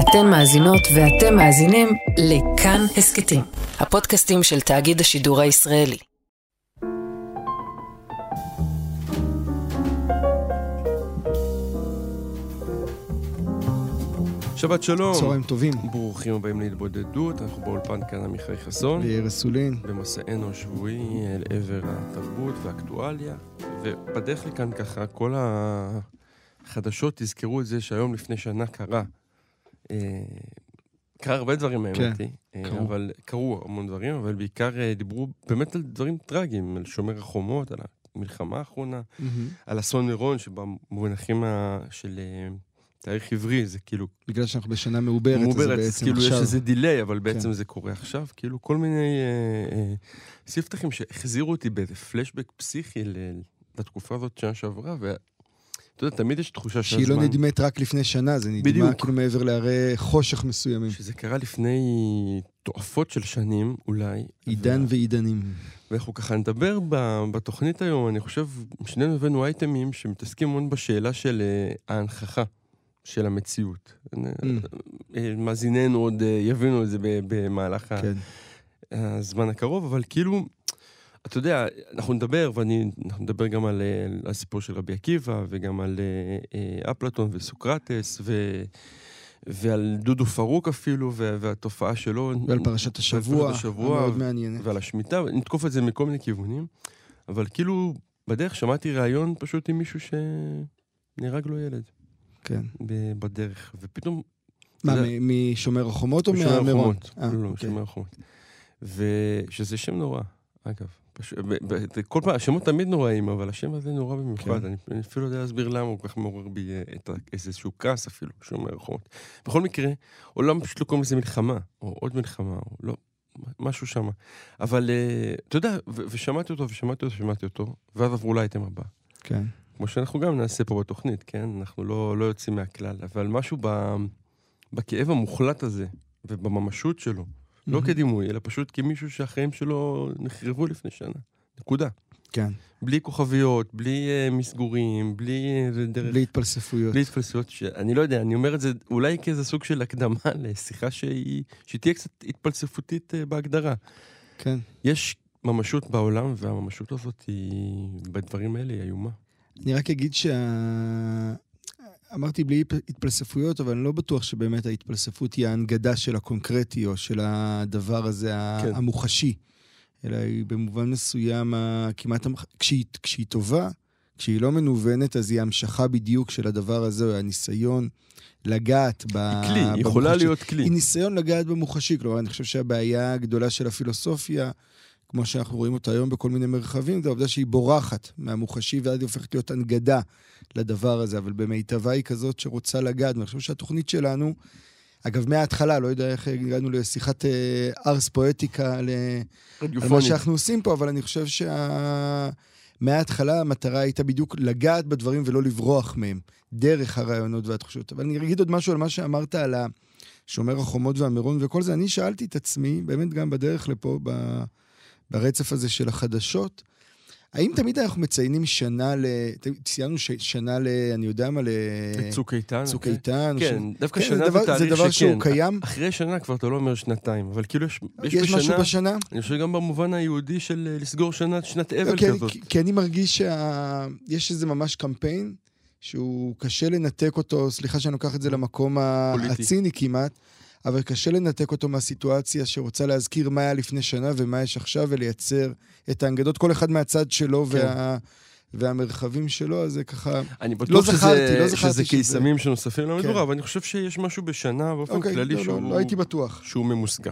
אתן מאזינות ואתם מאזינים לכאן הסקטים, הפודקאסטים של תאגיד השידור הישראלי. שבת שלום. צהריים טובים. ברוכים הבאים להתבודדות. אנחנו באולפן כאן עמיחי חסון. ויאיר סולין. במסענו השבועי אל עבר התרבות והאקטואליה. ובדרך לי כאן ככה, כל החדשות תזכרו את זה שהיום לפני שנה קרה. קרה הרבה דברים האמתי. אבל קרו המון דברים, אבל בעיקר דיברו באמת על דברים טרגיים, על שומר החומות, על המלחמה האחרונה, על אסון מירון, שבמונחים של תאריך עברי, זה כאילו... בגלל שאנחנו בשנה מעוברת, אז זה בעצם כאילו עכשיו. יש איזה דילי, אבל בעצם זה קורה עכשיו. כאילו כל מיני ספתחים שהחזירו אותי באיזה פלשבק פסיכי לתקופה הזאת שנה שעברה, ואתה יודע, תמיד יש תחושה שהזמן... שהיא לא נדמת רק לפני שנה, זה נדמה כאילו מעבר להרי חושך מסוימים. שזה קרה לפני תועפות של שנים, אולי. עידן ועידנים. ואנחנו ככה נדבר בתוכנית היום, אני חושב, שנינו הבאנו אייטמים שמתעסקים מאוד בשאלה של ההנכחה. של המציאות. מאזיננו עוד יבינו את זה במהלך הזמן הקרוב, אבל כאילו, אתה יודע, אנחנו נדבר, ואנחנו נדבר גם על הסיפור של רבי עקיבא, וגם על אפלטון וסוקרטס, ועל דודו פרוק אפילו, והתופעה שלו. ועל פרשת השבוע, מאוד מעניינת. ועל השמיטה, נתקוף את זה מכל מיני כיוונים, אבל כאילו, בדרך שמעתי רעיון פשוט עם מישהו שנהרג לו ילד. כן. בדרך, ופתאום... מה, משומר החומות או מהמירון? לא, משומר החומות. ושזה שם נורא, אגב. כל פעם, השמות תמיד נוראים, אבל השם הזה נורא במיוחד. אני אפילו לא יודע להסביר למה הוא כך מעורר בי איזשהו כעס אפילו, שומר החומות. בכל מקרה, עולם פשוט לא קוראים לזה מלחמה, או עוד מלחמה, או לא, משהו שם. אבל, אתה יודע, ושמעתי אותו, ואז עברו לאייטם הבא. כן. כמו שאנחנו גם נעשה פה בתוכנית, כן? אנחנו לא יוצאים מהכלל, אבל משהו בכאב המוחלט הזה, ובממשות שלו, לא כדימוי, אלא פשוט כמישהו שהחיים שלו נחרבו לפני שנה. נקודה. כן. בלי כוכביות, בלי מסגורים, בלי התפלספויות. בלי התפלספויות, אני לא יודע, אני אומר את זה אולי כאיזה סוג של הקדמה לשיחה שתהיה קצת התפלספותית בהגדרה. כן. יש ממשות בעולם, והממשות הזאת היא, בדברים האלה היא איומה. אני רק אגיד אמרתי בלי התפלספויות, אבל אני לא בטוח שבאמת ההתפלספות היא ההנגדה של הקונקרטי, או של הדבר הזה המוחשי. אלא היא במובן מסוים, כמעט, כשהיא טובה, כשהיא לא מנוונת, אז היא המשכה בדיוק של הדבר הזה, או הניסיון לגעת כלי, היא יכולה להיות כלי. היא ניסיון לגעת במוחשי, כלומר, אני חושב שהבעיה הגדולה של הפילוסופיה, כמו שאנחנו רואים אותה היום בכל מיני מרחבים, זה העובדה שהיא בורחת מהמוחשי, ועד היא הופכת להיות הנגדה לדבר הזה, אבל במיטבה היא כזאת שרוצה לגעת, ואני חושב שהתוכנית שלנו, אגב, מההתחלה, לא יודע איך הגענו לשיחת ארס פואטיקה, על מה שאנחנו עושים פה, אבל אני חושב מההתחלה המטרה הייתה בדיוק לגעת בדברים ולא לברוח מהם, דרך הרעיונות והתחושות. אבל אני אגיד עוד משהו על מה שאמרת על שומר החומות והמירון וכל זה, אני שאלתי את עצמי, באמת גם בדרך לפה, ברצף הזה של החדשות, האם תמיד אנחנו מציינים ציינו שנה אני יודע מה, צוק איתן. צוק איתן. כן, דווקא שנה זה תהליך דבר שהוא קיים. אחרי שנה כבר אתה לא אומר שנתיים, אבל כאילו יש משהו בשנה. אני חושב גם במובן היהודי של לסגור שנת אבל כזאת. כי אני מרגיש שיש איזה ממש קמפיין, שהוא קשה לנתק אותו, סליחה שאני לוקח את זה למקום הציני כמעט, אבל קשה לנתק אותו מהסיטואציה שרוצה להזכיר מה היה לפני שנה ומה יש עכשיו, ולייצר את ההנגדות, כל אחד מהצד שלו והמרחבים שלו, אז זה ככה... אני בטוח שזה קיסמים שנוספים למדורה, אבל אני חושב שיש משהו בשנה באופן כללי לא הייתי בטוח. שהוא ממוסגר.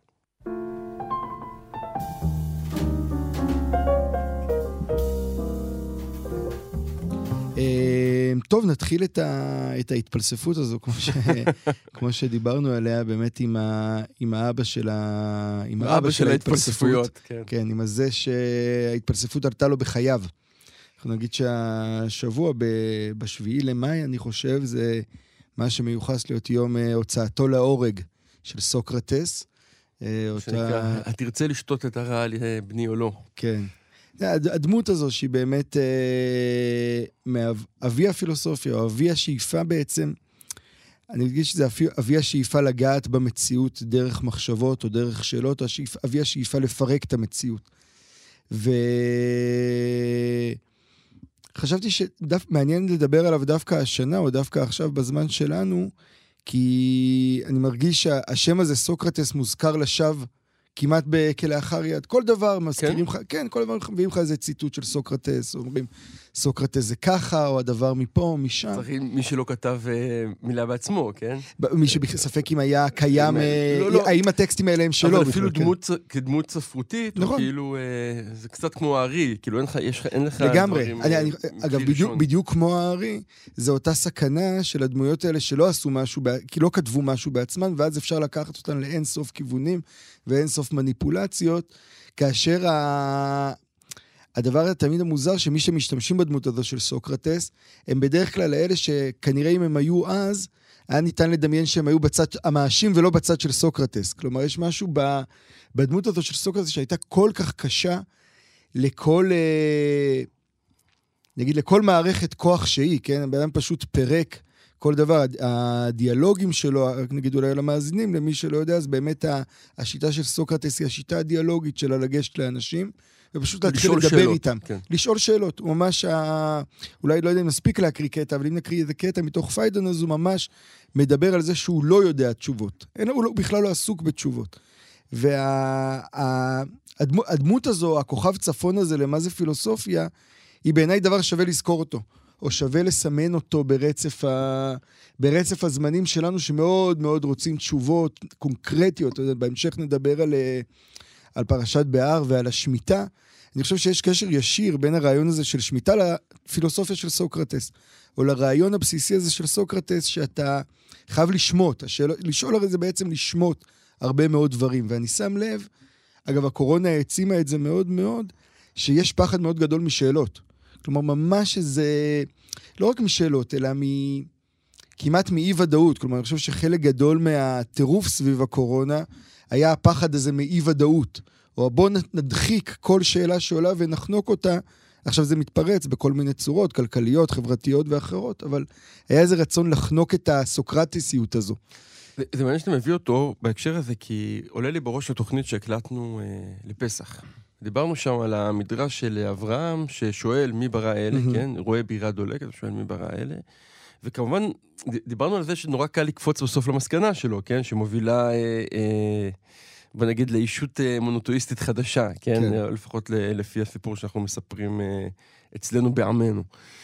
טוב, נתחיל את ההתפלספות הזו, כמו שדיברנו עליה, באמת עם האבא של ההתפלספויות. כן, עם הזה שההתפלספות עלתה לו בחייו. אנחנו נגיד שהשבוע, בשביעי למאי, אני חושב, זה מה שמיוחס להיות יום הוצאתו להורג של סוקרטס. תרצה לשתות את הרעל בני או לא. כן. הדמות הזו שהיא באמת מאבי הפילוסופיה, או אבי השאיפה בעצם, אני מרגיש שזה אבי השאיפה לגעת במציאות דרך מחשבות או דרך שאלות, או אבי השאיפה לפרק את המציאות. וחשבתי שמעניין לדבר עליו דווקא השנה, או דווקא עכשיו בזמן שלנו, כי אני מרגיש שהשם הזה, סוקרטס, מוזכר לשווא, כמעט כלאחר יד. כל דבר מזכירים לך, כן, כל דבר מביאים לך איזה ציטוט של סוקרטס, אומרים, סוקרטס זה ככה, או הדבר מפה, או משם. צריך מי שלא כתב מילה בעצמו, כן? מי שבספק אם היה קיים, האם הטקסטים האלה הם שלו. אבל אפילו כדמות ספרותית, כאילו, זה קצת כמו הארי, כאילו אין לך לגמרי. אגב, בדיוק כמו הארי, זה אותה סכנה של הדמויות האלה שלא עשו משהו, כי לא כתבו משהו בעצמן, ואז אפשר לקחת אותן לאין סוף כיוונים, ואין סוף מניפולציות, כאשר הדבר תמיד המוזר, שמי שמשתמשים בדמות הזו של סוקרטס, הם בדרך כלל האלה שכנראה אם הם היו אז, היה ניתן לדמיין שהם היו בצד המאשים ולא בצד של סוקרטס. כלומר, יש משהו בדמות הזו של סוקרטס שהייתה כל כך קשה לכל, נגיד, לכל מערכת כוח שהיא, כן? הבן פשוט פרק כל דבר, הדיאלוגים שלו, נגיד אולי למאזינים, למי שלא יודע, אז באמת השיטה של סוקרטס היא השיטה הדיאלוגית שלה לגשת לאנשים, ופשוט להתחיל לדבר איתם. כן. לשאול שאלות. הוא ממש, אולי לא יודע אם נספיק להקריא קטע, אבל אם נקריא איזה קטע מתוך פיידון, אז הוא ממש מדבר על זה שהוא לא יודע תשובות. הוא בכלל לא עסוק בתשובות. והדמות הזו, הכוכב צפון הזה, למה זה פילוסופיה, היא בעיניי דבר שווה לזכור אותו. או שווה לסמן אותו ברצף הזמנים שלנו, שמאוד מאוד רוצים תשובות קונקרטיות. בהמשך נדבר על פרשת בהר ועל השמיטה. אני חושב שיש קשר ישיר בין הרעיון הזה של שמיטה לפילוסופיה של סוקרטס, או לרעיון הבסיסי הזה של סוקרטס, שאתה חייב לשמות. לשאול הרי זה בעצם לשמות הרבה מאוד דברים. ואני שם לב, אגב, הקורונה העצימה את זה מאוד מאוד, שיש פחד מאוד גדול משאלות. כלומר, ממש זה, לא רק משאלות, אלא כמעט מאי-ודאות. כלומר, אני חושב שחלק גדול מהטירוף סביב הקורונה, היה הפחד הזה מאי-ודאות. או בוא נדחיק כל שאלה שעולה ונחנוק אותה. עכשיו זה מתפרץ בכל מיני צורות, כלכליות, חברתיות ואחרות, אבל היה איזה רצון לחנוק את הסוקרטיסיות הזו. זה מעניין שאתה מביא אותו בהקשר הזה, כי עולה לי בראש התוכנית שהקלטנו לפסח. דיברנו שם על המדרש של אברהם, ששואל מי ברא אלה, כן? רואה בירה דולקת, שואל מי ברא אלה. וכמובן, דיברנו על זה שנורא קל לקפוץ בסוף למסקנה שלו, כן? שמובילה, בוא נגיד, לאישות מונותואיסטית חדשה, כן? לפחות לפי הסיפור שאנחנו מספרים אצלנו בעמנו.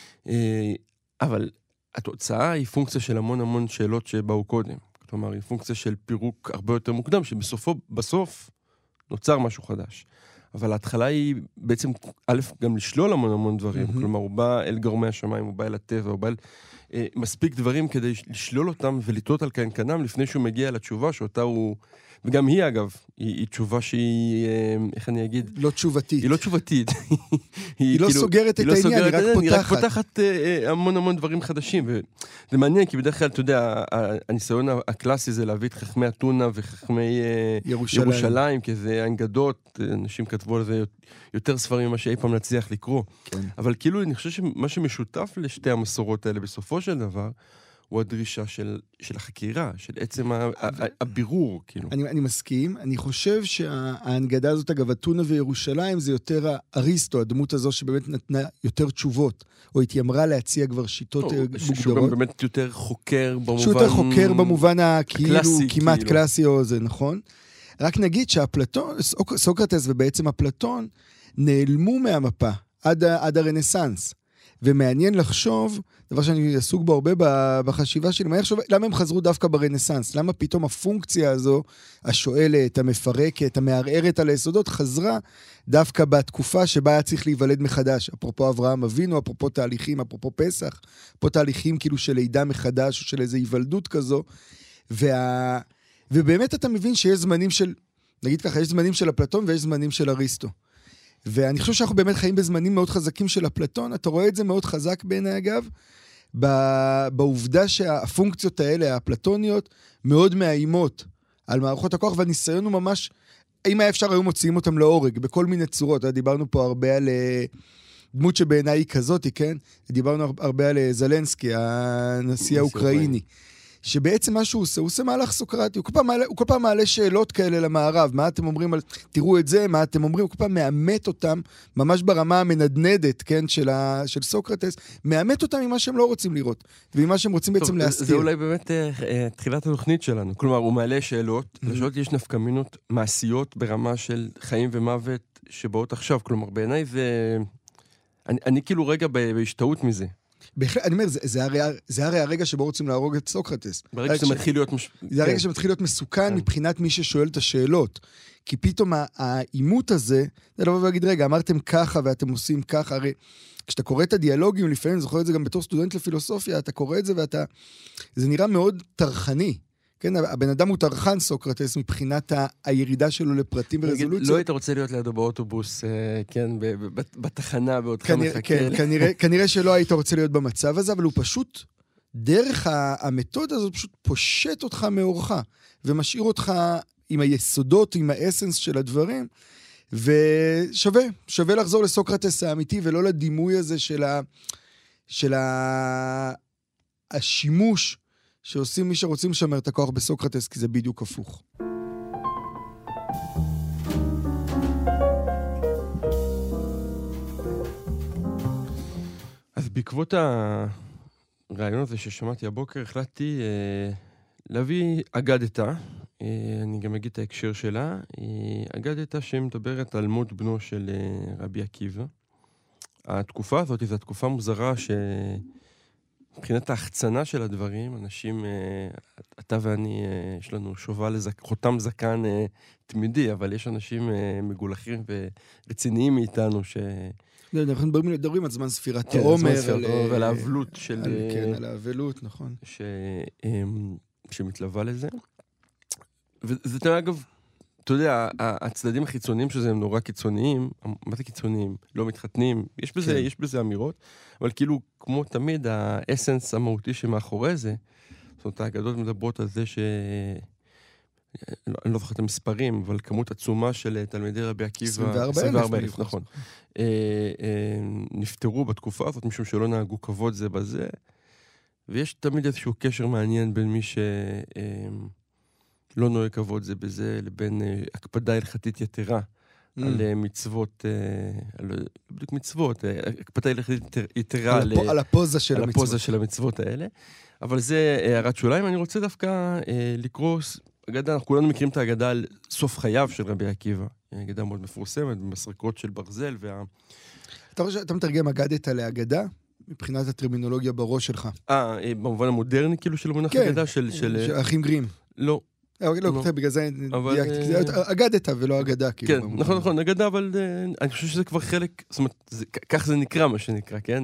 אבל התוצאה היא פונקציה של המון המון שאלות שבאו קודם. כלומר, היא פונקציה של פירוק הרבה יותר מוקדם, בסוף נוצר משהו חדש. אבל ההתחלה היא בעצם, א', גם לשלול המון המון דברים. כלומר, הוא בא אל גורמי השמיים, הוא בא אל הטבע, הוא בא אל מספיק דברים כדי לשלול אותם ולטעות על קנקנם לפני שהוא מגיע לתשובה שאותה הוא... וגם היא, אגב, היא תשובה שהיא, איך אני אגיד? לא תשובתית. היא לא תשובתית. היא לא סוגרת את העניין, היא רק פותחת המון המון דברים חדשים. וזה מעניין, כי בדרך כלל, אתה יודע, הניסיון הקלאסי זה להביא את חכמי אתונה וחכמי ירושלים, כי זה אנגדות, אנשים כתבו על זה יותר ספרים ממה שאי פעם נצליח לקרוא. אבל כאילו, אני חושב שמה שמשותף לשתי המסורות האלה בסופו של דבר, הוא הדרישה של החקירה, של עצם הבירור, כאילו. אני מסכים. אני חושב שההנגדה הזאת, אגב, אתונה וירושלים, זה יותר אריסטו, הדמות הזו שבאמת נתנה יותר תשובות, או התיימרה להציע כבר שיטות מוגדרות. שהוא גם באמת יותר חוקר במובן... שהוא יותר חוקר במובן הכאילו, כמעט קלאסי או זה, נכון? רק נגיד שהפלטון, סוקרטס ובעצם הפלטון, נעלמו מהמפה עד הרנסנס. ומעניין לחשוב, דבר שאני עסוק בו הרבה בחשיבה שלי, למה הם חזרו דווקא ברנסנס? למה פתאום הפונקציה הזו, השואלת, המפרקת, המערערת על היסודות, חזרה דווקא בתקופה שבה היה צריך להיוולד מחדש? אפרופו אברהם אבינו, אפרופו תהליכים, אפרופו פסח, אפרופו תהליכים כאילו של לידה מחדש, או של איזו היוולדות כזו, ובאמת אתה מבין שיש זמנים של, נגיד ככה, יש זמנים של אפלטון ויש זמנים של אריסטו. ואני חושב שאנחנו באמת חיים בזמנים מאוד חזקים של אפלטון, אתה רואה את זה מאוד חזק בעיני אגב, בעובדה שהפונקציות האלה, האפלטוניות, מאוד מאיימות על מערכות הכוח, והניסיון הוא ממש, אם היה אפשר, היו מוציאים אותם להורג, בכל מיני צורות. דיברנו פה הרבה על דמות שבעיניי היא כזאת, כן? דיברנו הרבה על זלנסקי, הנשיא האוקראיני, שבעצם מה שהוא עושה מהלך סוקרטי, הוא כל פעם מעלה שאלות כאלה למערב, מה אתם אומרים על, תראו את זה, מה אתם אומרים, הוא כל פעם מאמת אותם, ממש ברמה המנדנדת, כן, של סוקרטס, מאמת אותם ממה שהם לא רוצים לראות, וממה שהם רוצים בעצם להסתיר. זה אולי באמת תחילת התוכנית שלנו, כלומר, הוא מעלה שאלות, לשאלות יש נפקמינות מעשיות ברמה של חיים ומוות שבאות עכשיו, כלומר, בעיניי זה... אני כאילו רגע בהשתאות מזה. אני אומר, זה הרי הרגע שבו רוצים להרוג את סוקרטס. ברגע שזה מתחיל להיות... זה הרגע שמתחיל להיות מסוכן מבחינת מי ששואל את השאלות. כי פתאום העימות הזה, זה לבוא ולהגיד, רגע, אמרתם ככה ואתם עושים ככה, הרי כשאתה קורא את הדיאלוגים, לפעמים זוכר את זה גם בתור סטודנט לפילוסופיה, אתה קורא את זה זה נראה מאוד טרחני. כן, הבן אדם הוא טרחן סוקרטס מבחינת הירידה שלו לפרטים ורזולוציה. לא היית רוצה להיות לידו באוטובוס, כן, בתחנה, בעודך מחכה. כן, כנראה שלא היית רוצה להיות במצב הזה, אבל הוא פשוט, דרך המתודה הזאת, פשוט פושט אותך מאורך, ומשאיר אותך עם היסודות, עם האסנס של הדברים, ושווה לחזור לסוקרטס האמיתי, ולא לדימוי הזה של השימוש, שעושים מי שרוצים לשמר את הכוח בסוקרטס, כי זה בדיוק הפוך. אז בעקבות הרעיון הזה ששמעתי הבוקר, החלטתי להביא אגדתה, אני גם אגיד את ההקשר שלה, אגדתה שמדברת על מות בנו של רבי עקיבא. התקופה הזאת זו תקופה מוזרה מבחינת ההחצנה של הדברים, אנשים, אתה ואני, יש לנו חותם זקן תמידי, אבל יש אנשים מגולחים ורציניים מאיתנו אנחנו מדברים על זמן ספירת העומר. ועל האבלות של... כן, על האבלות, נכון. שמתלווה לזה. וזה אגב, אתה יודע, הצדדים החיצוניים שזה הם נורא קיצוניים, מה זה קיצוניים? לא מתחתנים, יש בזה אמירות, אבל כאילו, כמו תמיד, האסנס המהותי שמאחורי זה, זאת אומרת, האגדות מדברות על זה אני לא זוכר את המספרים, אבל כמות עצומה של תלמידי רבי עקיבא, 24,000, נכון. נפטרו בתקופה הזאת, משום שלא נהגו כבוד זה בזה, ויש תמיד איזשהו קשר מעניין בין מי לא נוהג כבוד זה בזה, לבין הקפדה הלכתית יתרה על מצוות, בדיוק מצוות, הקפדה הלכתית יתרה על הפוזה של המצוות. על הפוזה של המצוות האלה. אבל זה הערת שוליים. אני רוצה דווקא לקרוא אגדה, אנחנו כולנו מכירים את האגדה על סוף חייו של רבי עקיבא. אגדה מאוד מפורסמת, במסרקות של ברזל. אתה מתרגם אגדת לאגדה? מבחינת הטרמינולוגיה בראש שלך. במובן המודרני כאילו של המונח אגדה של... אחים גרים. לא. לא, בגלל זה אגדת ולא אגדה. כן, נכון, אגדה, אבל אני חושב שזה כבר חלק, זאת אומרת, כך זה נקרא מה שנקרא, כן?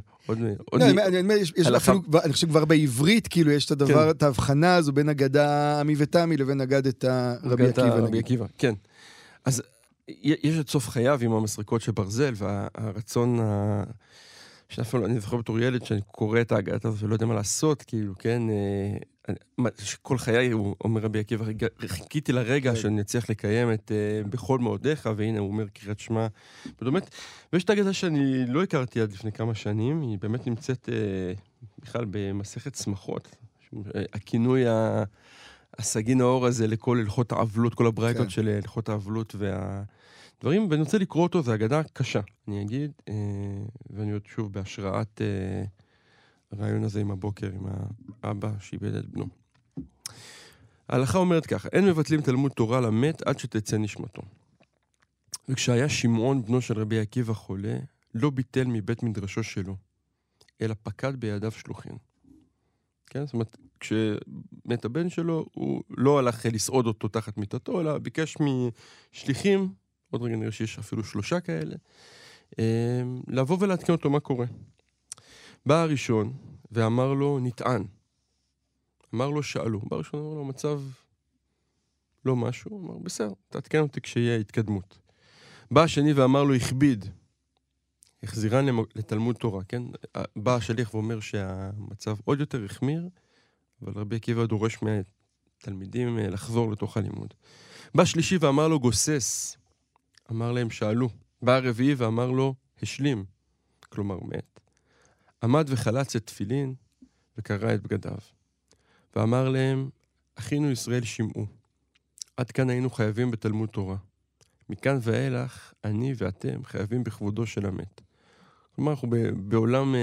אני חושב כבר בעברית, כאילו יש את הדבר, את ההבחנה הזו בין אגדה עמי ותמי לבין אגדת רבי עקיבא. כן. אז יש את סוף חייו עם המסרקות של ברזל, והרצון שאפילו אני זוכר בתור ילד שאני קורא את האגדה הזו ולא יודע מה לעשות, כאילו, כן? כל חיי, הוא אומר רבי עקיבא, חיכיתי לרגע שאני אצליח לקיים את בכל מאודיך, והנה הוא אומר קריאת שמע בדומת. ויש את האגדה שאני לא הכרתי עד לפני כמה שנים, היא באמת נמצאת בכלל במסכת שמחות, הכינוי הסגין האור הזה לכל הלכות העבלות, כל הברייתות של הלכות העבלות והדברים, ואני רוצה לקרוא אותו, זו אגדה קשה, אני אגיד, ואני עוד שוב בהשראת הרעיון הזה עם הבוקר, עם האבא שאיבד את בנו. ההלכה אומרת ככה, אין מבטלים תלמוד תורה למת עד שתצא נשמתו. וכשהיה שמעון בנו של רבי עקיבא חולה, לא ביטל מבית מדרשו שלו, אלא פקד בידיו שלוחין. כן? זאת אומרת, כשמת הבן שלו, הוא לא הלך לסעוד אותו תחת מיטתו, אלא ביקש משליחים, עוד רגע נראה שיש אפילו 3 כאלה, לבוא ולהתקן אותו מה קורה. בא הראשון ואמר לו נטען. אמר לו שאלו. בא הראשון אמר לו מצב לא משהו. אמר בסדר, תעדכן אותי כשיהיה התקדמות. בא השני ואמר לו הכביד. החזירן לתלמוד תורה, כן? בא השליח ואומר שהמצב עוד יותר החמיר, אבל רבי עקיבא דורש מהתלמידים לחזור לתוך הלימוד. בא שלישי ואמר לו גוסס. אמר להם שאלו. בא הרביעי ואמר לו השלים. כלומר מת. עמד וחלץ את תפילין וקרא את בגדיו. ואמר להם, אחינו ישראל שמעו. עד כאן היינו חייבים בתלמוד תורה. מכאן ואילך, אני ואתם חייבים בכבודו של המת. כלומר, אנחנו בעולם,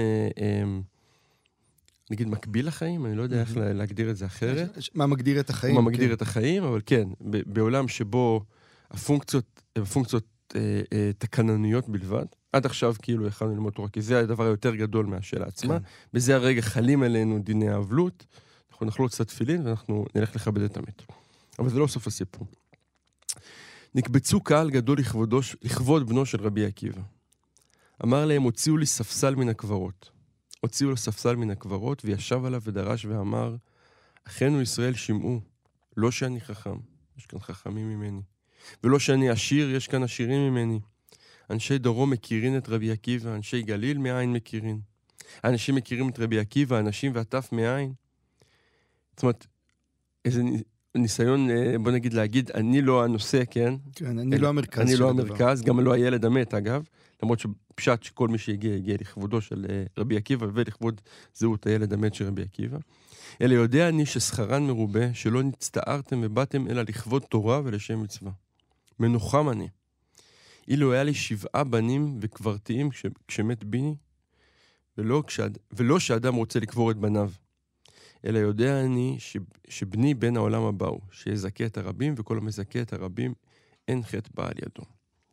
נגיד, מקביל לחיים, אני לא יודע איך להגדיר את זה אחרת. מה מגדיר את החיים? מה מגדיר את החיים, אבל כן, בעולם שבו הפונקציות תקנוניות בלבד, עד עכשיו כאילו יכולנו ללמוד תורה, כי זה הדבר היותר גדול מהשאלה עצמה. בזה הרגע חלים עלינו דיני האבלות, אנחנו נחלוץ את התפילין ואנחנו נלך לכבד את המת. אבל זה לא סוף הסיפור. נקבצו קהל גדול לכבוד בנו של רבי עקיבא. אמר להם, הוציאו לי ספסל מן הקברות. הוציאו לו ספסל מן הקברות, וישב עליו ודרש ואמר, אחינו ישראל שמעו, לא שאני חכם, יש כאן חכמים ממני. ולא שאני עשיר, יש כאן עשירים ממני. אנשי דרום מכירים את רבי עקיבא, אנשי גליל מאין מכירים. האנשים מכירים את רבי עקיבא, אנשים והטף מאין. זאת אומרת, איזה ניסיון, בוא נגיד להגיד, אני לא הנושא, כן? כן, אני לא המרכז. אני לא המרכז, גם לא הילד המת, אגב. למרות שפשט שכל מי שהגיע, הגיע לכבודו של רבי עקיבא, ולכבוד זהות הילד המת של רבי עקיבא. אלא יודע אני ששכרן מרובה, שלא נצטערתם ובאתם אלא לכבוד תורה ולשם מצווה. מנוחם אני. אילו היה לי 7 בנים וקברתיים כשמת ביני, ולא שאדם רוצה לקבור את בניו. אלא יודע אני שבני בן העולם הבא הוא, שיזכה את הרבים, וכל המזכה את הרבים, אין חטא בא על ידו.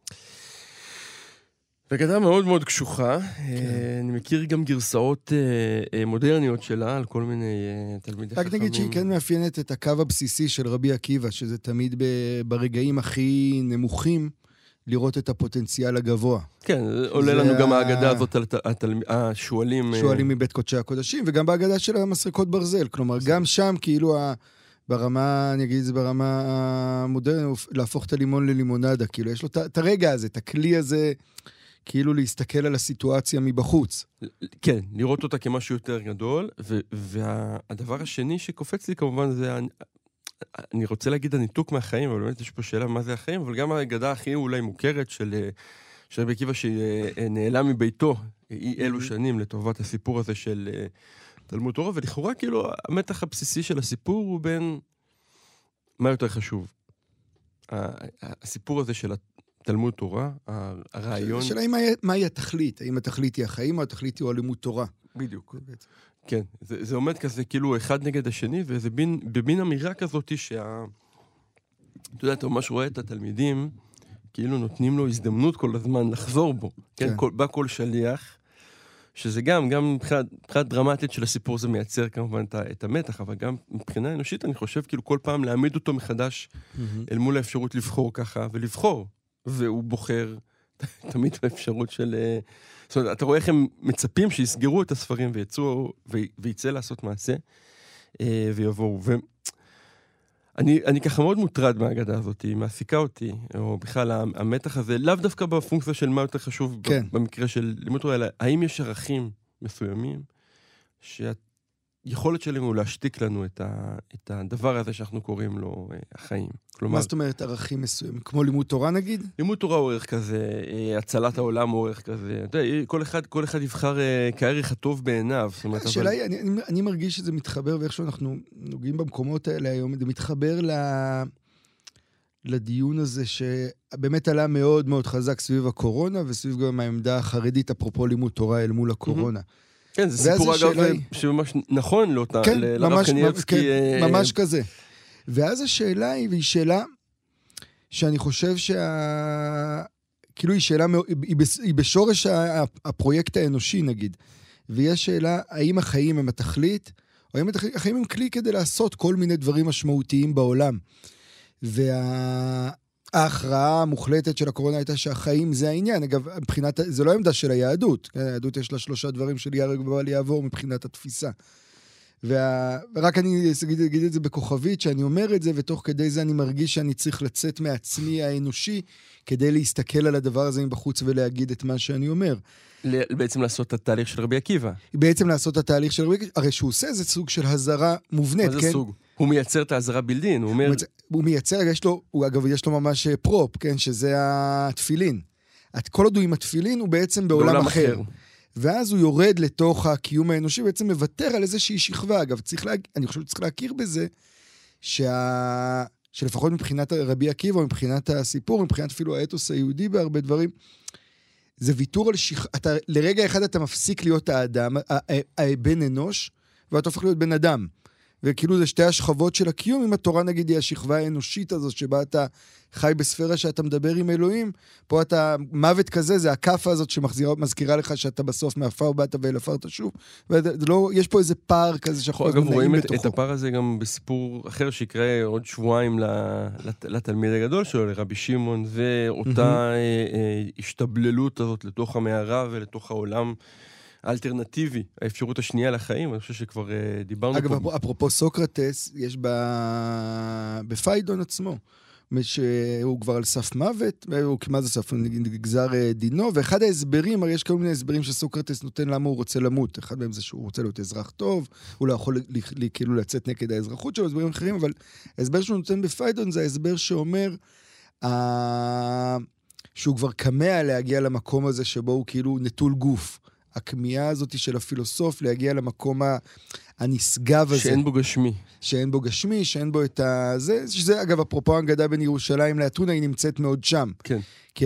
וגדה מאוד מאוד קשוחה, אני מכיר גם גרסאות מודרניות שלה על כל מיני תלמידי חכמים. רק נגיד שהיא כן מאפיינת את הקו הבסיסי של רבי עקיבא, שזה תמיד ברגעים הכי נמוכים, לראות את הפוטנציאל הגבוה. כן, עולה לנו גם ההגדה הזאת על השואלים. שואלים מבית קודשי הקודשים, וגם בהגדה של המסרקות ברזל. כלומר, גם שם כאילו ברמה, אני אגיד את זה ברמה המודרנית, להפוך את הלימון ללימונדה, כאילו יש לו את הרגע הזה, את הכלי הזה, כאילו להסתכל על הסיטואציה מבחוץ. כן, לראות אותה כמשהו יותר גדול, והדבר השני שקופץ לי כמובן זה, אני רוצה להגיד הניתוק מהחיים, אבל באמת יש פה שאלה מה זה החיים, אבל גם ההגדה הכי אולי מוכרת של רבי עקיבא שנעלם מביתו אי אלו שנים לטובת הסיפור הזה של תלמוד תורה, ולכאורה כאילו המתח הבסיסי של הסיפור הוא בין מה יותר חשוב. הסיפור הזה של תלמוד תורה, הרעיון... השאלה היא מהי התכלית? האם התכלית היא החיים או התכלית היא לימוד תורה? בדיוק. כן, זה עומד כזה כאילו אחד נגד השני, וזה במין אמירה כזאת אתה יודע, אתה ממש רואה את התלמידים, כאילו נותנים לו הזדמנות כל הזמן לחזור בו. כן, בא כל שליח, שזה גם מבחינה דרמטית של הסיפור זה מייצר כמובן את המתח, אבל גם מבחינה אנושית אני חושב כאילו כל פעם להעמיד אותו מחדש אל מול האפשרות לבחור ככה ולבחור. והוא בוחר תמיד באפשרות של... זאת אומרת, אתה רואה איך הם מצפים שיסגרו את הספרים ויצא לעשות מעשה ויבואו. ואני ככה מאוד מוטרד מהאגדה הזאת, היא מעסיקה אותי, או בכלל המתח הזה, לאו דווקא בפונקציה של מה יותר חשוב במקרה של לימוד תורה, אלא האם יש ערכים מסוימים שהיכולת שלנו הוא להשתיק לנו את הדבר הזה שאנחנו קוראים לו החיים. מה זאת אומרת ערכים מסוימים? כמו לימוד תורה נגיד? לימוד תורה הוא ערך כזה, הצלת העולם הוא ערך כזה. אתה יודע, כל אחד יבחר כערך הטוב בעיניו. השאלה היא, אני מרגיש שזה מתחבר, ואיכשהו אנחנו נוגעים במקומות האלה היום, זה מתחבר לדיון הזה שבאמת עלה מאוד מאוד חזק סביב הקורונה, וסביב גם העמדה החרדית, אפרופו לימוד תורה אל מול הקורונה. כן, זה סיפור אגב שממש נכון לאותה, לרב קניאבסקי. כן, ממש כזה. ואז השאלה היא, והיא שאלה שאני חושב כאילו היא שאלה, היא בשורש הפרויקט האנושי נגיד. ויש שאלה, האם החיים הם התכלית, או האם החיים הם כלי כדי לעשות כל מיני דברים משמעותיים בעולם. וההכרעה המוחלטת של הקורונה הייתה שהחיים זה העניין. אגב, מבחינת, זה לא עמדה של היהדות. היהדות יש לה 3 דברים של ייהרג ובל יעבור מבחינת התפיסה. ורק אני אגיד את זה בכוכבית, שאני אומר את זה, ותוך כדי זה אני מרגיש שאני צריך לצאת מעצמי האנושי, כדי להסתכל על הדבר הזה מבחוץ ולהגיד את מה שאני אומר. בעצם לעשות את התהליך של רבי עקיבא. בעצם לעשות את התהליך של רבי עקיבא, הרי שהוא עושה זה סוג של הזרה מובנית, כן? מה זה סוג? הוא מייצר את ההזרה בלדין, הוא אומר... הוא מייצר, אגב, יש לו ממש פרופ, כן? שזה התפילין. כל עוד הוא עם התפילין הוא בעצם בעולם אחר. ואז הוא יורד לתוך הקיום האנושי, בעצם מוותר על איזושהי שכבה. אגב, אני חושב שצריך להכיר בזה, שלפחות מבחינת רבי עקיבא, מבחינת הסיפור, מבחינת אפילו האתוס היהודי בהרבה דברים, זה ויתור על לרגע אחד אתה מפסיק להיות האדם, בן אנוש, ואתה הופך להיות בן אדם. וכאילו זה שתי השכבות של הקיום, אם התורה נגיד היא השכבה האנושית הזאת, שבה אתה חי בספירה שאתה מדבר עם אלוהים, פה אתה, מוות כזה, זה הכאפה הזאת שמזכירה לך שאתה בסוף מעפר באת ואל עפר תשוב, ויש פה איזה פער כזה שאנחנו אגב, רואים את הפער הזה גם בסיפור אחר שיקרה עוד שבועיים לתלמיד הגדול שלו, לרבי שמעון, ואותה השתבללות הזאת לתוך המערה ולתוך העולם האלטרנטיבי, האפשרות השנייה לחיים, אני חושב שכבר דיברנו פה. אגב, אפרופו סוקרטס, יש בפיידון עצמו, שהוא כבר על סף מוות, הוא כמעט זה סף, נגזר דינו, ואחד ההסברים, הרי יש כל מיני הסברים שסוקרטס נותן למה הוא רוצה למות, אחד מהם זה שהוא רוצה להיות אזרח טוב, הוא לא יכול כאילו לצאת נגד האזרחות שלו, הסברים אחרים, אבל ההסבר שהוא נותן בפיידון זה ההסבר שאומר, שהוא כבר כמה להגיע למקום הזה שבו הוא כאילו נטול גוף. הכמיהה הזאת של הפילוסוף להגיע למקום הנשגב הזה. שאין בו גשמי. שאין בו גשמי, שאין בו את זה, שזה אגב, אפרופו ההגדה בין ירושלים לאתונה, היא נמצאת מאוד שם. כן.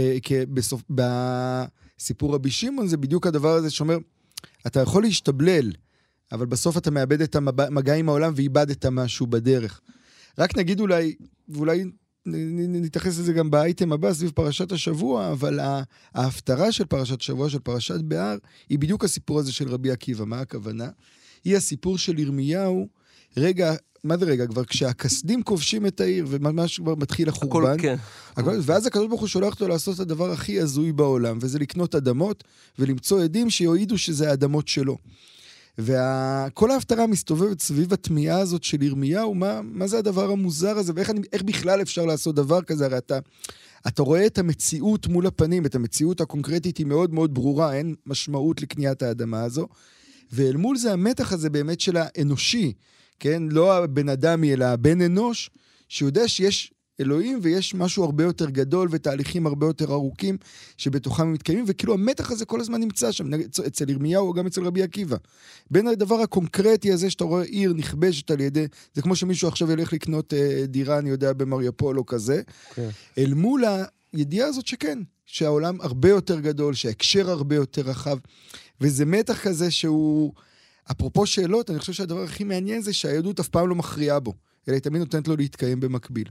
בסיפור רבי שמעון זה בדיוק הדבר הזה שאומר, אתה יכול להשתבלל, אבל בסוף אתה מאבד את המגע עם העולם ואיבדת משהו בדרך. רק נגיד ואולי נתייחס לזה גם באייטם הבא, סביב פרשת השבוע, אבל ההפטרה של פרשת השבוע, של פרשת בהר, היא בדיוק הסיפור הזה של רבי עקיבא. מה הכוונה? היא הסיפור של ירמיהו, מה זה רגע? כבר כשהכסדים כובשים את העיר, וממש כבר מתחיל החורבן. כן. ואז הקדוש ברוך הוא שולח אותו לעשות את הדבר הכי הזוי בעולם, וזה לקנות אדמות, ולמצוא עדים שיועידו שזה האדמות שלו. וכל ההפטרה מסתובבת סביב התמיהה הזאת של ירמיהו, מה זה הדבר המוזר הזה, ואיך בכלל אפשר לעשות דבר כזה, הרי אתה רואה את המציאות מול הפנים, את המציאות הקונקרטית היא מאוד מאוד ברורה, אין משמעות לקניית האדמה הזו, ואל מול זה המתח הזה באמת של האנושי, כן? לא הבן אדמי, אלא הבן אנוש, שיודע שיש אלוהים ויש משהו הרבה יותר גדול ותהליכים הרבה יותר ארוכים שבתוכם הם מתקיימים, וכאילו המתח הזה כל הזמן נמצא שם, אצל ירמיהו או גם אצל רבי עקיבא. בין הדבר הקונקרטי הזה שאתה רואה עיר נכבשת על ידי, זה כמו שמישהו עכשיו ילך לקנות דירה, אני יודע, במריופול או כזה, אל מול הידיעה הזאת שכן, שהעולם הרבה יותר גדול, שההקשר הרבה יותר רחב, וזה מתח כזה שהוא, אפרופו שאלות, אני חושב שהדבר הכי מעניין זה שהיהדות אף פעם לא מכריעה בו, אלא היא תמיד נותנת לו להתקיים במקביל.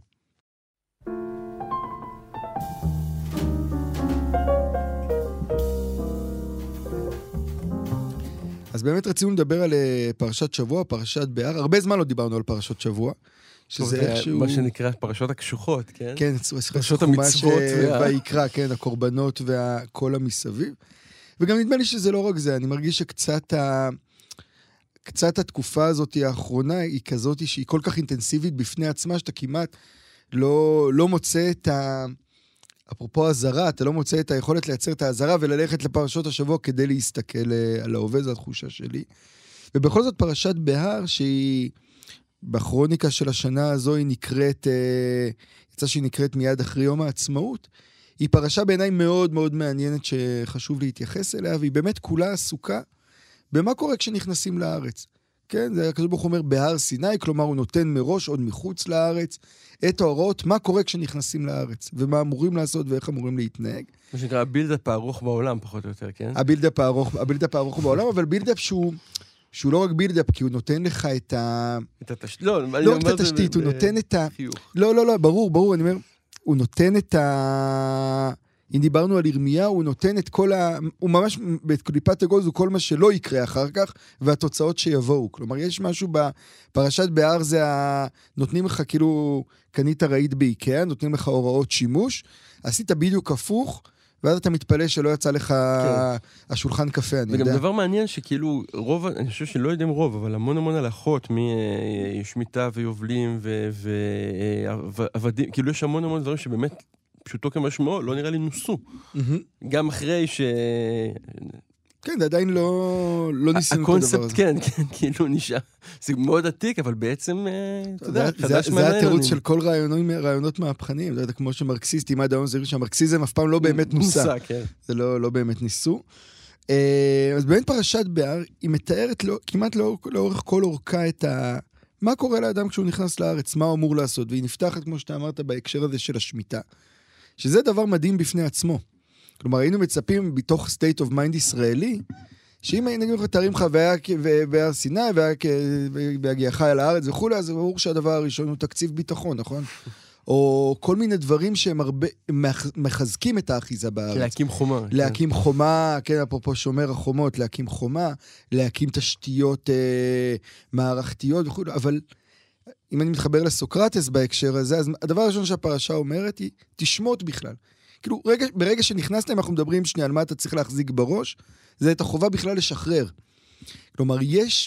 אז באמת רצינו לדבר על פרשת שבוע, פרשת בהר. הרבה זמן לא דיברנו על פרשת שבוע. שזה איכשהו... מה שנקרא פרשות הקשוחות, כן? כן, פרשות המצוות ויקרא, כן, הקורבנות והכל המסביב. וגם נדמה לי שזה לא רק זה, אני מרגיש שקצת התקופה הזאת האחרונה היא כזאת שהיא כל כך אינטנסיבית בפני עצמה, שאתה כמעט לא מוצא את אפרופו הזרה, אתה לא מוצא את היכולת לייצר את הזרה וללכת לפרשות השבוע כדי להסתכל על ההווה, זו התחושה שלי. ובכל זאת פרשת בהר, שהיא בכרוניקה של השנה הזו, היא נקראת, יצא שהיא נקראת מיד אחרי יום העצמאות, היא פרשה בעיניי מאוד מאוד מעניינת שחשוב להתייחס אליה, והיא באמת כולה עסוקה במה קורה כשנכנסים לארץ. כן, זה הקדוש ברוך הוא אומר בהר סיני, כלומר הוא נותן מראש עוד מחוץ לארץ את ההוראות, מה קורה כשנכנסים לארץ, ומה אמורים לעשות ואיך אמורים להתנהג. מה שנקרא, הבילדאפ הארוך בעולם פחות או יותר, כן? הבילדאפ הארוך בעולם, אבל בילדאפ שהוא לא רק בילדאפ, כי הוא נותן לך את לא רק את התשתית, הוא נותן את לא, ברור, אני אומר, הוא נותן את אם דיברנו על ירמיהו, הוא נותן את כל הוא ממש, בקליפת אגוז, הוא כל מה שלא יקרה אחר כך, והתוצאות שיבואו. כלומר, יש משהו בפרשת בהר, זה נותנים לך כאילו, קנית רהיט באיקאה, נותנים לך הוראות שימוש, עשית בדיוק הפוך, ואז אתה מתפלא שלא יצא לך השולחן קפה, אני יודע. וגם דבר מעניין שכאילו, רוב, אני חושב שלא יודעים רוב, אבל המון הלכות, משמיטה ויובלים ועבדים, כאילו יש המון דברים שבאמת, פשוטו כמשמעו, לא נראה לי נוסו. גם אחרי כן, זה עדיין לא ניסינו את הדבר הזה. הקונספט, כן, כאילו נשאר. זה מאוד עתיק, אבל בעצם, אתה יודע, חדש זה התירוץ של כל רעיונות מהפכניים. אתה יודע, כמו שמרקסיסטים עד היום זה שהמרקסיזם אף פעם לא באמת נוסה. זה לא באמת ניסו. אז באמת פרשת בהר, היא מתארת כמעט לאורך כל אורכה את מה קורה לאדם כשהוא נכנס לארץ, מה הוא אמור לעשות, והיא נפתחת, כמו שאתה אמרת, בהקשר הזה של השמיטה. שזה דבר מדהים בפני עצמו. כלומר, היינו מצפים בתוך state of mind ישראלי, שאם נגיד לך תארים לך והר סיני, והגיעך אל הארץ וכו', אז ברור שהדבר הראשון הוא תקציב ביטחון, נכון? או כל מיני דברים שהם הרבה מחזקים את האחיזה בארץ. להקים חומה. להקים חומה, כן, אפרופו שומר החומות, להקים חומה, להקים תשתיות מערכתיות וכו', אבל אם אני מתחבר לסוקרטס בהקשר הזה, אז הדבר הראשון שהפרשה אומרת היא, תשמות בכלל. כאילו, ברגע שנכנסת להם, אנחנו מדברים שנייה על מה אתה צריך להחזיק בראש, זה את החובה בכלל לשחרר. כלומר, יש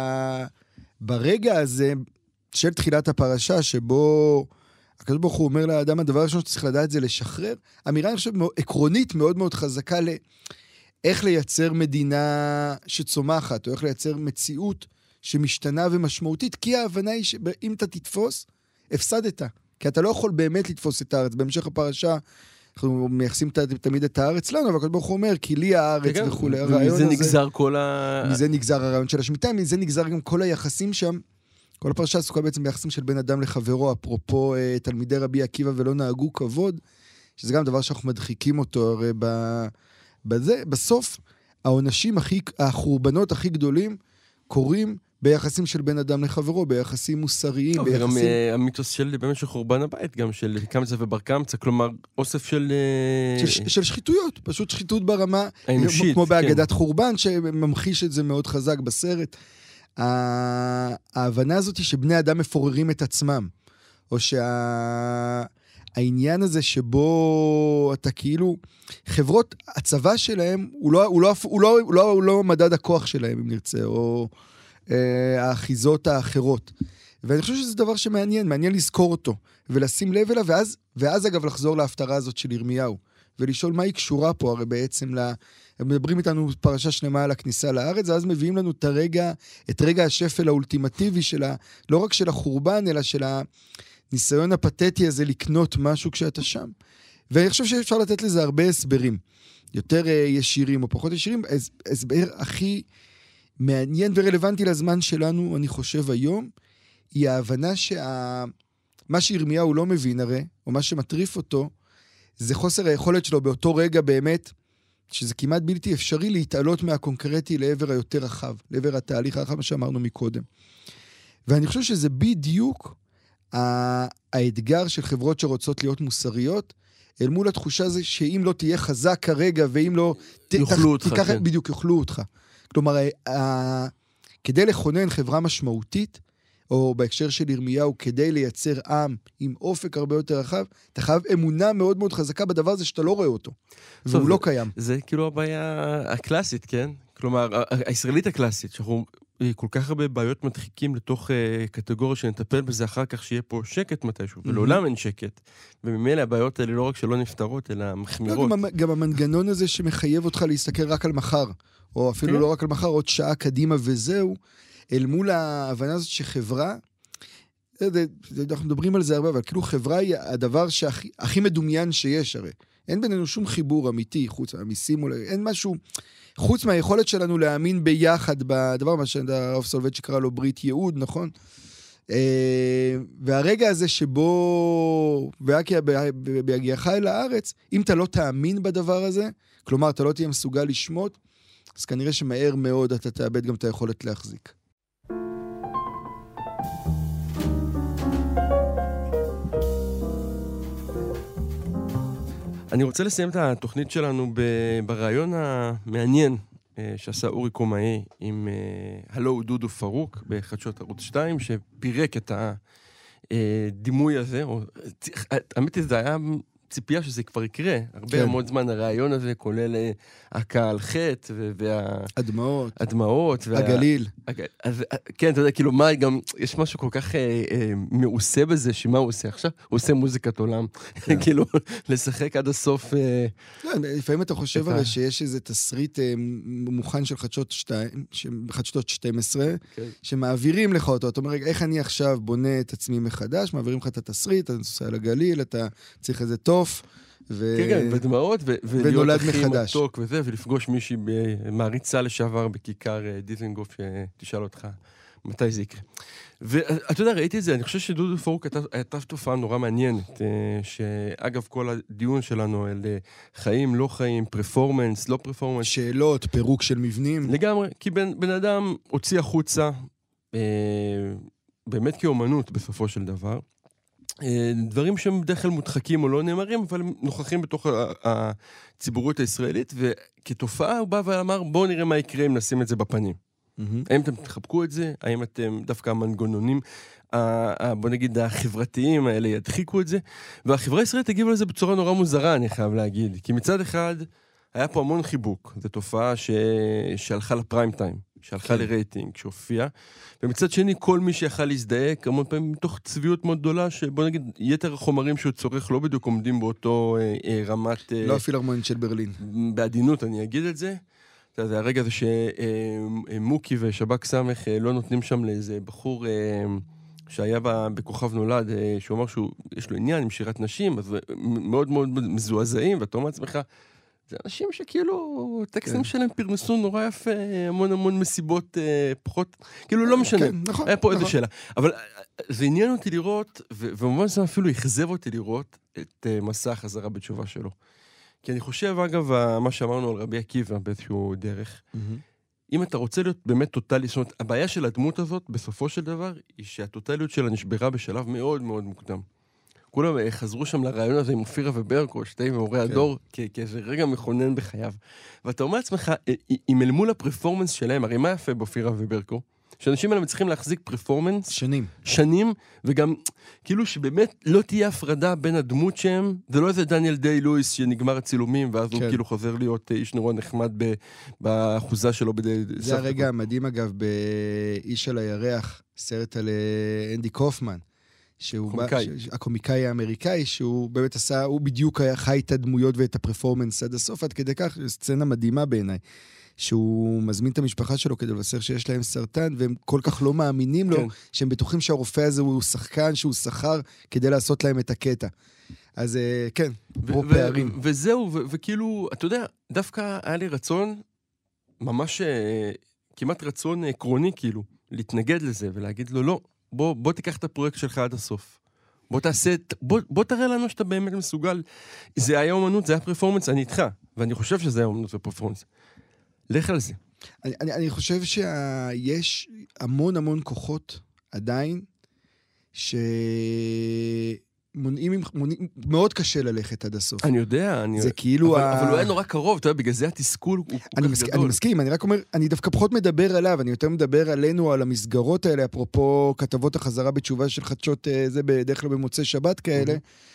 ברגע הזה של תחילת הפרשה, שבו הקדוש ברוך הוא אומר לאדם, הדבר הראשון שצריך לדעת זה לשחרר, אמירה, אני חושב, עקרונית מאוד מאוד חזקה איך לייצר מדינה שצומחת, או איך לייצר מציאות שמשתנה ומשמעותית, כי ההבנה היא שאם אתה תתפוס, הפסדת. כי אתה לא יכול באמת לתפוס את הארץ. בהמשך הפרשה, אנחנו מייחסים תמיד את הארץ לנו, אבל הקדוש ברוך הוא אומר, כי לי הארץ וכו'. מזה נגזר מזה נגזר הרעיון של השמיטה, מזה נגזר גם כל היחסים שם. כל הפרשה עסוקה בעצם ביחסים של בן אדם לחברו, אפרופו תלמידי רבי עקיבא ולא נהגו כבוד, שזה גם דבר שאנחנו מדחיקים אותו, הרי בזה, בסוף, החורבנות הכי גדולים קורים ביחסים של בן אדם לחברו, ביחסים מוסריים, וגם המיתוס של באמת של חורבן הבית, גם של קמצא ובר קמצא, כלומר, אוסף של שחיתויות, פשוט שחיתות ברמה, האנושית, כמו בהגדת חורבן, שממחיש את זה מאוד חזק בסרט. ההבנה הזאת היא שבני אדם מפוררים את עצמם, או העניין הזה שבו אתה כאילו, חברות, הצבא שלהם, הוא לא מדד הכוח שלהם, אם נרצה, או האחיזות האחרות. ואני חושב שזה דבר שמעניין, מעניין לזכור אותו, ולשים לב אליו, ואז אגב לחזור להפטרה הזאת של ירמיהו, ולשאול מה היא קשורה פה, הרי בעצם הם מדברים איתנו פרשה שלמה על הכניסה לארץ, ואז מביאים לנו את רגע השפל האולטימטיבי לא רק של החורבן, אלא של הניסיון הפתטי הזה לקנות משהו כשאתה שם. ואני חושב שאפשר לתת לזה הרבה הסברים, יותר ישירים או פחות ישירים, הסבר הכי מעניין ורלוונטי לזמן שלנו, אני חושב היום, היא ההבנה מה שירמיהו לא מבין הרי, או מה שמטריף אותו, זה חוסר היכולת שלו באותו רגע באמת, שזה כמעט בלתי אפשרי להתעלות מהקונקרטי לעבר היותר רחב, לעבר התהליך הרחב, מה שאמרנו מקודם. ואני חושב שזה בדיוק האתגר של חברות שרוצות להיות מוסריות, אל מול התחושה הזו שאם לא תהיה חזק כרגע, ואם לא יאכלו אותך, כן. בדיוק יאכלו אותך. כלומר, כדי לכונן חברה משמעותית, או בהקשר של ירמיהו, כדי לייצר עם עם אופק הרבה יותר רחב, אתה חייב אמונה מאוד מאוד חזקה בדבר הזה שאתה לא רואה אותו, והוא לא קיים. זה כאילו הבעיה הקלאסית, כן? כלומר, הישראלית הקלאסית, שאנחנו כל כך הרבה בעיות מדחיקים לתוך קטגוריה שנטפל בזה אחר כך שיהיה פה שקט מתישהו, ולעולם אין שקט. וממילא הבעיות האלה לא רק שלא נפתרות, אלא מחמירות. גם המנגנון הזה שמחייב אותך להסתכל רק על מחר, או אפילו לא רק על מחר, עוד שעה קדימה וזהו, אל מול ההבנה הזאת שחברה, אנחנו מדברים על זה הרבה, אבל כאילו חברה היא הדבר הכי מדומיין שיש הרי. אין בינינו שום חיבור אמיתי, חוץ מהמיסים, אין משהו, חוץ מהיכולת שלנו להאמין ביחד בדבר, מה שהרב סולובייצ'יק קרא לו ברית ייעוד, נכון? והרגע הזה שבו, בהגיעך אל הארץ, אם אתה לא תאמין בדבר הזה, כלומר, אתה לא תהיה מסוגל לשמות, אז כנראה שמהר מאוד אתה תאבד גם את היכולת להחזיק. אני רוצה לסיים את התוכנית שלנו ברעיון המעניין שעשה אורי קומאי עם הלו דודו פרוק בחדשות ערוץ 2, שפירק את הדימוי הזה. האמת היא, זה היה ציפייה שזה כבר יקרה. הרבה מאוד זמן הרעיון הזה כולל הקהל חטא הדמעות. הגליל. כן, אתה יודע, כאילו מה, גם יש משהו כל כך מעושה בזה, שמה הוא עושה עכשיו? הוא עושה מוזיקת עולם. כאילו, לשחק עד הסוף. לפעמים אתה חושב הרי שיש איזה תסריט מוכן של חדשות 12, שמעבירים לך אותו. אתה אומר, איך אני עכשיו בונה את עצמי מחדש, מעבירים לך את התסריט, אתה נוסע לגליל, אתה צריך איזה טוב, כן, בדמעות, ונולד מחדש. מתוק וזה, ולפגוש מישהי מעריצה לשעבר בכיכר דיזנגוף, שתשאל אותך מתי זה יקרה. ואתה יודע, ראיתי את זה, אני חושב שדודו פורק הייתה תופעה נורא מעניינת, שאגב, כל הדיון שלנו על חיים, לא חיים, פרפורמנס, לא פרפורמנס. שאלות, פירוק של מבנים. לגמרי, כי בן אדם הוציא החוצה, באמת כאומנות בסופו של דבר, דברים שהם בדרך כלל מודחקים או לא נאמרים, אבל הם נוכחים בתוך הציבוריות הישראלית, וכתופעה הוא בא ואמר, בואו נראה מה יקרה אם נשים את זה בפנים. האם אתם תחבקו את זה? האם אתם דווקא המנגנונים, בוא נגיד, החברתיים האלה ידחיקו את זה? והחברה הישראלית הגיבה לזה בצורה נורא מוזרה, אני חייב להגיד. כי מצד אחד, היה פה המון חיבוק. זו תופעה שהלכה לפריים טיים, שהלכה לרייטינג, שהופיעה. ומצד שני, כל מי שיכל להזדהק, המון פעמים מתוך צביעות מאוד גדולה, שבוא נגיד, יתר החומרים שהוא צורך לא בדיוק עומדים באותו רמת... לא הפילהרמונית של ברלין. בעדינות, אני אגיד את זה. זה הרגע הזה שמוקי ושבק סמך לא נותנים שם לאיזה בחור שהיה בכוכב נולד, שהוא אמר שיש לו עניין עם שירת נשים, אז מאוד מאוד מזועזעים, ואתה אומר לעצמך, זה אנשים שכאילו, טקסטים שלהם פרנסו נורא יפה, המון המון מסיבות פחות, כאילו לא משנה, היה פה איזה שאלה. אבל זה עניין אותי לראות, ובמובן זה אפילו הכזב אותי לראות את מסע החזרה בתשובה שלו. כי אני חושב, אגב, מה שאמרנו על רבי עקיבא באיזשהו דרך, אם אתה רוצה להיות באמת טוטלי, זאת אומרת, הבעיה של הדמות הזאת, בסופו של דבר, היא שהטוטליות שלה נשברה בשלב מאוד מאוד מוקדם. כולם חזרו שם לרעיון הזה עם אופירה וברקו, שתי מאורי הדור, כאיזה רגע מכונן בחייו. ואתה אומר לעצמך, אם אל מול הפרפורמנס שלהם, הרי מה יפה באופירה וברקו? שאנשים האלה מצליחים להחזיק פרפורמנס שנים, וגם כאילו שבאמת לא תהיה הפרדה בין הדמות שהם, זה לא איזה דניאל דיי לואיס שנגמר הצילומים, ואז הוא כאילו חוזר להיות איש נורא נחמד באחוזה שלו. זה הרגע המדהים אגב, באיש על הירח, סרט על אנדי קופמן, הקומיקאי האמריקאי, שהוא באמת עשה, הוא בדיוק חי את הדמויות ואת הפרפורמנס עד הסוף, עד כדי כך, סצנה מדהימה בעיניי. שהוא מזמין את המשפחה שלו כדי לבשר שיש להם סרטן, והם כל כך לא מאמינים לו, שהם בטוחים שהרופא הזה הוא שחקן, שהוא שכר, כדי לעשות להם את הקטע. אז כן, בו פערים. וזהו, וכאילו, אתה יודע, דווקא היה לי רצון, ממש כמעט רצון עקרוני, כאילו, להתנגד לזה, ולהגיד לו, לא, בוא תיקח את הפרויקט שלך עד הסוף. בוא תראה לנו שאתה באמת מסוגל. זה היה אומנות, זה היה פרפורמנס, אני איתך, ואני חושב שזה היה אומנות ופרפורמנס. לך על זה. אני חושב שיש המון המון כוחות עדיין, שמונעים, מאוד קשה ללכת עד הסוף. אני יודע, זה כאילו... אבל הוא היה נורא קרוב, אתה יודע, בגלל זה התסכול הוא כך גדול. אני מסכים, אני רק אומר, אני דווקא פחות מדבר עליו, אני יותר מדבר עלינו, על המסגרות האלה, אפרופו כתבות החזרה בתשובה של חדשות, זה בדרך כלל במוצאי שבת כאלה.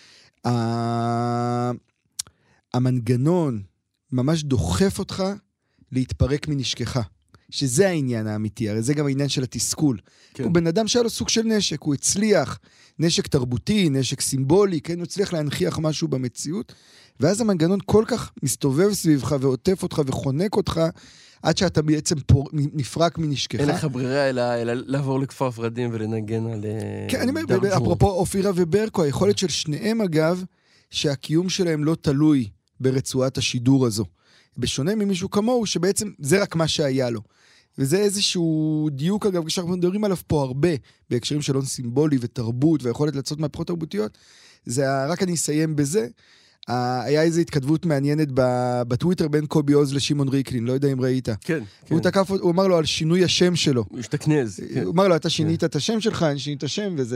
המנגנון ממש דוחף אותך, להתפרק מנשכחה, שזה העניין האמיתי, הרי זה גם העניין של התסכול. כן. הוא בן אדם שהיה לו סוג של נשק, הוא הצליח, נשק תרבותי, נשק סימבולי, כן, הוא הצליח להנחיח משהו במציאות, ואז המנגנון כל כך מסתובב סביבך, ועוטף אותך וחונק אותך, עד שאתה בעצם נפרק מנשכחה. אין לך ברירה אלא לעבור לכפר ורדים ולנגן על... כן, אני אומר, אפרופו אופירה וברקו, היכולת של שניהם אגב, שהקיום שלהם לא תלוי ברצועת השידור הזו. בשונה ממישהו כמוהו, שבעצם זה רק מה שהיה לו. וזה איזשהו דיוק, אגב, כשאנחנו מדברים עליו פה הרבה, בהקשרים של הון סימבולי ותרבות, ויכולת לצאת מהפכות תרבותיות, זה רק אני אסיים בזה. היה איזו התכתבות מעניינת בטוויטר בין קובי עוז לשמעון ריקלין, לא יודע אם ראית. כן. הוא אמר לו על שינוי השם שלו. הוא השתכנז. הוא אמר לו, אתה שינית את השם שלך, אני שינית את השם וזה,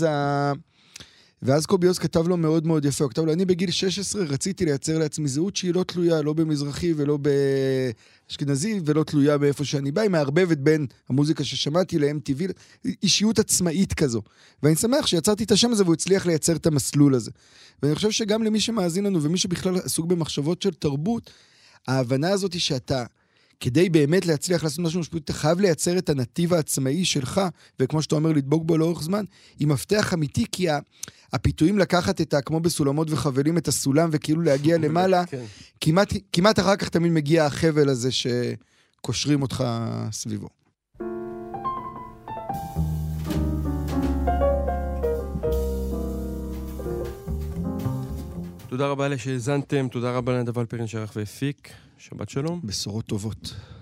ואז קובי עוז כתב לו מאוד מאוד יפה, הוא כתב לו, אני בגיל 16 רציתי לייצר לעצמי זהות שהיא לא תלויה, לא במזרחי ולא באשכנזי, ולא תלויה באיפה שאני בא, היא מערבבת בין המוזיקה ששמעתי ל-MTV, אישיות עצמאית כזו. ואני שמח שיצרתי את השם הזה, והוא הצליח לייצר את המסלול הזה. ואני חושב שגם למי שמאזין לנו, ומי שבכלל עסוק במחשבות של תרבות, ההבנה הזאת היא שאתה, כדי באמת להצליח לעשות משהו משפטי, אתה חייב לייצר את הנתיב העצמאי שלך, וכמו שאתה אומר, לדבוק בו לאורך זמן, היא מפתח אמיתי, כי הפיתויים לקחת את כמו בסולמות וחבלים את הסולם, וכאילו להגיע למעלה, כמעט אחר כך תמיד מגיע החבל הזה שקושרים אותך סביבו. אתה תודה רבה שהאזנתם, תודה רבה לנדב אלפרין שערך והפיק. שבת שלום. בשורות טובות.